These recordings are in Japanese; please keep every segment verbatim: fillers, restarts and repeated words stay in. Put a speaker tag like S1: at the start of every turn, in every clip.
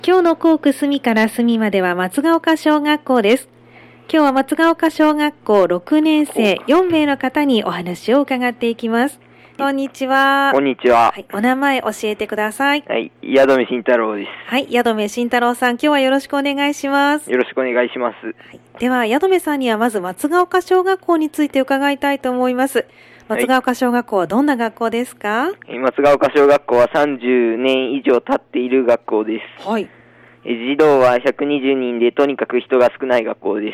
S1: 今日の校区隅から隅までは松ヶ丘小学校です。今日は松ヶ丘小学校ろくねん生よんめいの方にお話を伺っていきます。こんにちは。
S2: こんにちは。
S1: はい、お名前教えてください。
S2: はい、矢留慎太郎です。
S1: はい、矢留慎太郎さん、今日はよろしくお願いします。
S2: よろしくお願いします。はい、
S1: では、矢留さんにはまず松ヶ丘小学校について伺いたいと思います。松ヶ丘小学校はどんな学校ですか？
S2: はい、松ヶ丘小学校はさんじゅうねん以上経っている学校です。
S1: はい。
S2: 児童はひゃくにじゅうにんで、とにかく人が少ない学校です。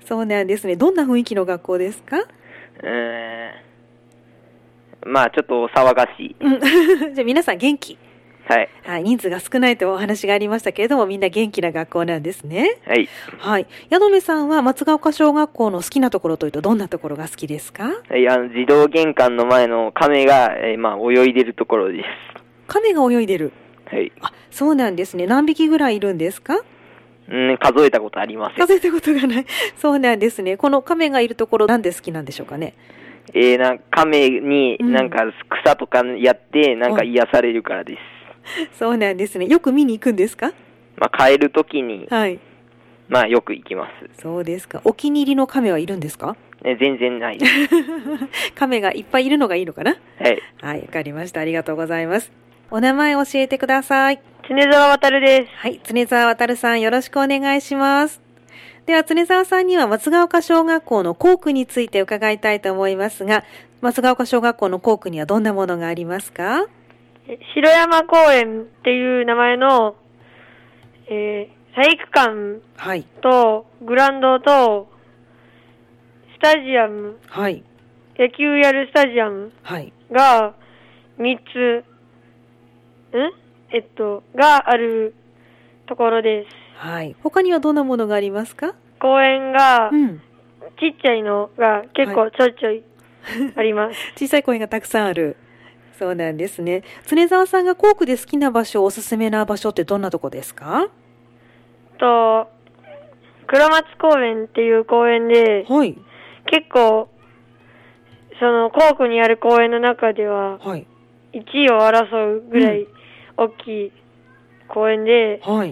S1: そうなんですね。どんな雰囲気の学校ですか？
S2: えー、まあちょっと騒がしい。
S1: じゃあ皆さん元気？
S2: はい。
S1: はい、人数が少ないとお話がありましたけれども、みんな元気な学校なんですね。
S2: はい。
S1: はい。矢留さんは松ヶ丘小学校の好きなところというとどんなところが好きですか？
S2: はい、あの児童玄関の前の亀が、えー、まあ泳いでるところです。
S1: 亀が泳いでる？
S2: はい。
S1: あ、そうなんですね。何匹ぐらいいるんですか？
S2: うん、数えたことありません。
S1: 数えたことがない。そうなんですね。この亀がいるところなんで好きなんでしょうかね？
S2: えー、な亀になんか草とかやって、なんか癒されるからです。
S1: そうなんですね。よく見に行くんですか？
S2: まあ、帰るときに、
S1: はい。
S2: まあ、よく行きます。
S1: そうですか。お気に入りの亀はいるんですか？
S2: え、全然ないです。
S1: 亀がいっぱいいるのがいいのかな？
S2: はい。
S1: はい、わかりました。ありがとうございます。お名前教えてください。
S3: 常沢渡です。
S1: はい、常沢渡さん、よろしくお願いします。では、常沢さんには松ヶ丘小学校の校区について伺いたいと思いますが、松ヶ丘小学校の校区にはどんなものがありますか？
S3: 城山公園っていう名前の、えー、体育館とグラウンドとスタジアム、
S1: はい、
S3: 野球やるスタジアムがみっつ、んえっと、があるところです。
S1: はい。他にはどんなものがありますか？
S3: 公園が、
S1: うん、
S3: ちっちゃいのが結構ちょいちょいあります。
S1: 小さい公園がたくさんある。そうなんですね。常沢さんが校区で好きな場所、おすすめな場所ってどんなとこですか？
S3: と、黒松公園っていう公園で、
S1: はい、
S3: 結構、その校区にある公園の中では、
S1: はい、
S3: いちいを争うぐらい大きい公園で、
S1: はい、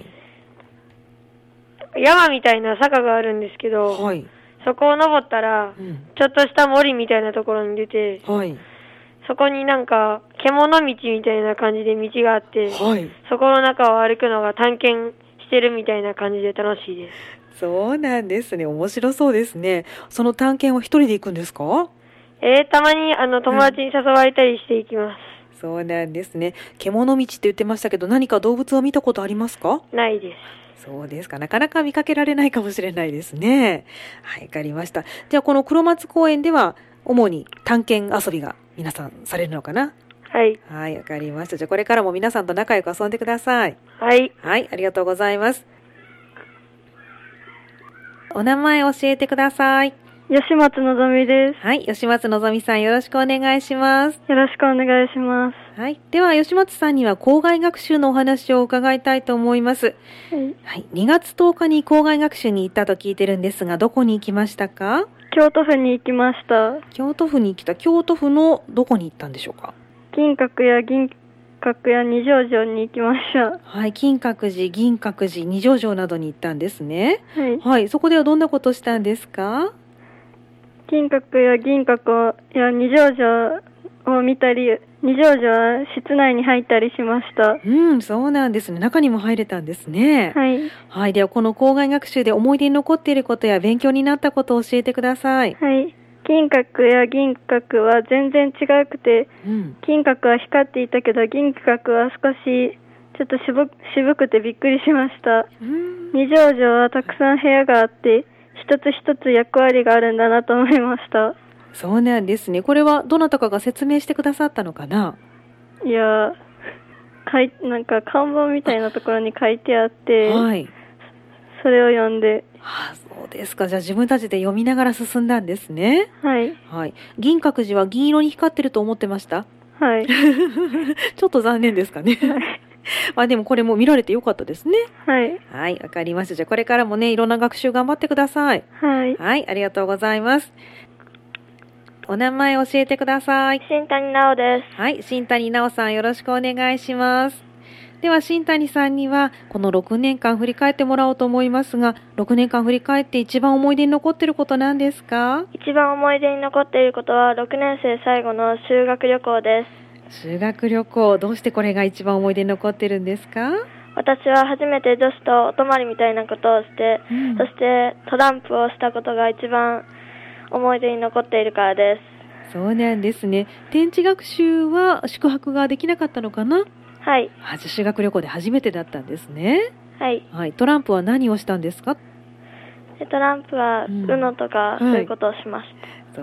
S3: 山みたいな坂があるんですけど、
S1: はい、
S3: そこを登ったら、うん、ちょっとした森みたいなところに出て、
S1: はい、
S3: そこになんか獣道みたいな感じで道があって、
S1: はい、
S3: そこの中を歩くのが探検してるみたいな感じで楽しいです。
S1: そうなんですね。面白そうですね。その探検は一人で行くんですか？
S3: えー、たまにあの友達に誘われたりしていきます。
S1: うん、そうなんですね。獣道って言ってましたけど、何か動物を見たことありますか？
S3: ないです。
S1: そうですか。なかなか見かけられないかもしれないですね。はい、わかりました。じゃあこの黒松公園では主に探検遊びが皆さんされるのかな？
S3: はい。
S1: はい、わかりました。じゃあこれからも皆さんと仲良く遊んでください。
S3: はい。
S1: はい、ありがとうございます。お名前教えてください。
S4: 吉松のぞみです。
S1: はい、吉松のぞみさん、よろしくお願いします。
S4: よろしくお願いします。
S1: はい、では吉松さんには校外学習のお話を伺いたいと思います。はい、はい、にがつとおかに校外学習に行ったと聞いてるんですが、どこに行きましたか？
S4: 京都府に行きました。
S1: 京都府に来た。京都府のどこに行ったんでしょうか？
S4: 銀閣や銀閣や二条城に行きました。
S1: はい、金閣寺、銀閣寺、二条城などに行ったんですね。
S4: はい、
S1: はい、そこではどんなことしたんですか？
S4: 金閣や銀閣や二条城を見たり、二条城は室内に入ったりしました。
S1: うん、そうなんですね。中にも入れたんですね。
S4: はい。
S1: はい、ではこの校外学習で思い出に残っていることや勉強になったことを教えてください。
S4: はい。金閣や銀閣は全然違くて、うん、金閣は光っていたけど銀閣は少しちょっと渋、渋くてびっくりしました。うん、二条城はたくさん部屋があって、一つ一つ役割があるんだなと思いました。
S1: そうなんですね。これはどなたかが説明してくださったのかな？
S4: いや、かいなんか看板みたいなところに書いてあって、はい、それを読んで。
S1: ああ、そうですか。じゃあ自分たちで読みながら進んだんですね。
S4: はい。
S1: はい。銀閣寺は銀色に光ってると思ってました？
S4: はい。
S1: ちょっと残念ですかね。はい。まあでもこれも見られてよかったですね。
S4: はい。
S1: はい、わかりました。じゃあこれからもね、いろんな学習頑張ってください。
S4: はい。
S1: はい、ありがとうございます。お名前教えてください。
S3: 新谷直です。
S1: はい、新谷直さん、よろしくお願いします。 では新谷さんにはこのろくねんかん振り返ってもらおうと思いますが、ろくねんかん振り返って一番思い出に残っていることなんですか？
S4: 一番思い出に残っていることはろくねん生最後の修学旅行です。
S1: 修学旅行、どうしてこれが一番思い出に残っているんですか？
S4: 私は初めて女子とお泊まりみたいなことをして、うん、そしてトランプをしたことが一番思い出に残っているからです。
S1: そうなんですね。展示学習は宿泊ができなかったのかな？
S4: はい。
S1: あ、じゃあ修学旅行で初めてだったんですね。
S4: はい。
S1: はい。トランプは何をしたんですか？
S4: トランプは ユーノ とか、そういうことをしました、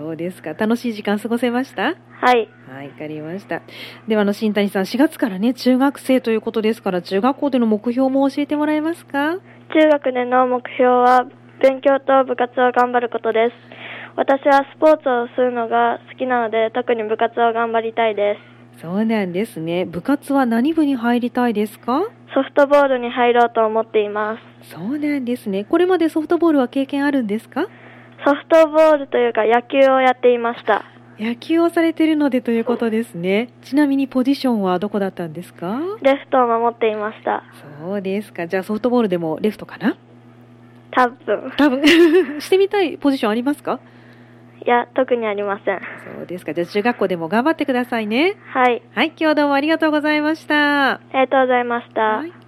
S1: はい。そうですか。楽しい時間過ごせました？
S4: はい。
S1: はい、わかりました。ではあの新谷さん、しがつからね中学生ということですから、中学校での目標も教えてもらえますか？
S4: 中学での目標は勉強と部活を頑張ることです。私はスポーツをするのが好きなので、特に部活を頑張りたいです。
S1: そうなんですね。部活は何部に入りたいですか？
S4: ソフトボールに入ろうと思っています。
S1: そうなんですね。これまでソフトボールは経験あるんですか？
S4: ソフトボールというか野球をやっていました。
S1: 野球をされているのでということですね。ちなみにポジションはどこだったんですか？
S4: レフトを守っていました。
S1: そうですか。じゃあソフトボールでもレフトかな？
S4: 多分。
S1: 多分。してみたいポジションありますか？
S4: いや、特にありません。
S1: そうですか。じゃあ中学校でも頑張ってくださいね。
S4: はい。
S1: はい、今日はどうもありがとうございました。
S4: ありがとうございました。はい。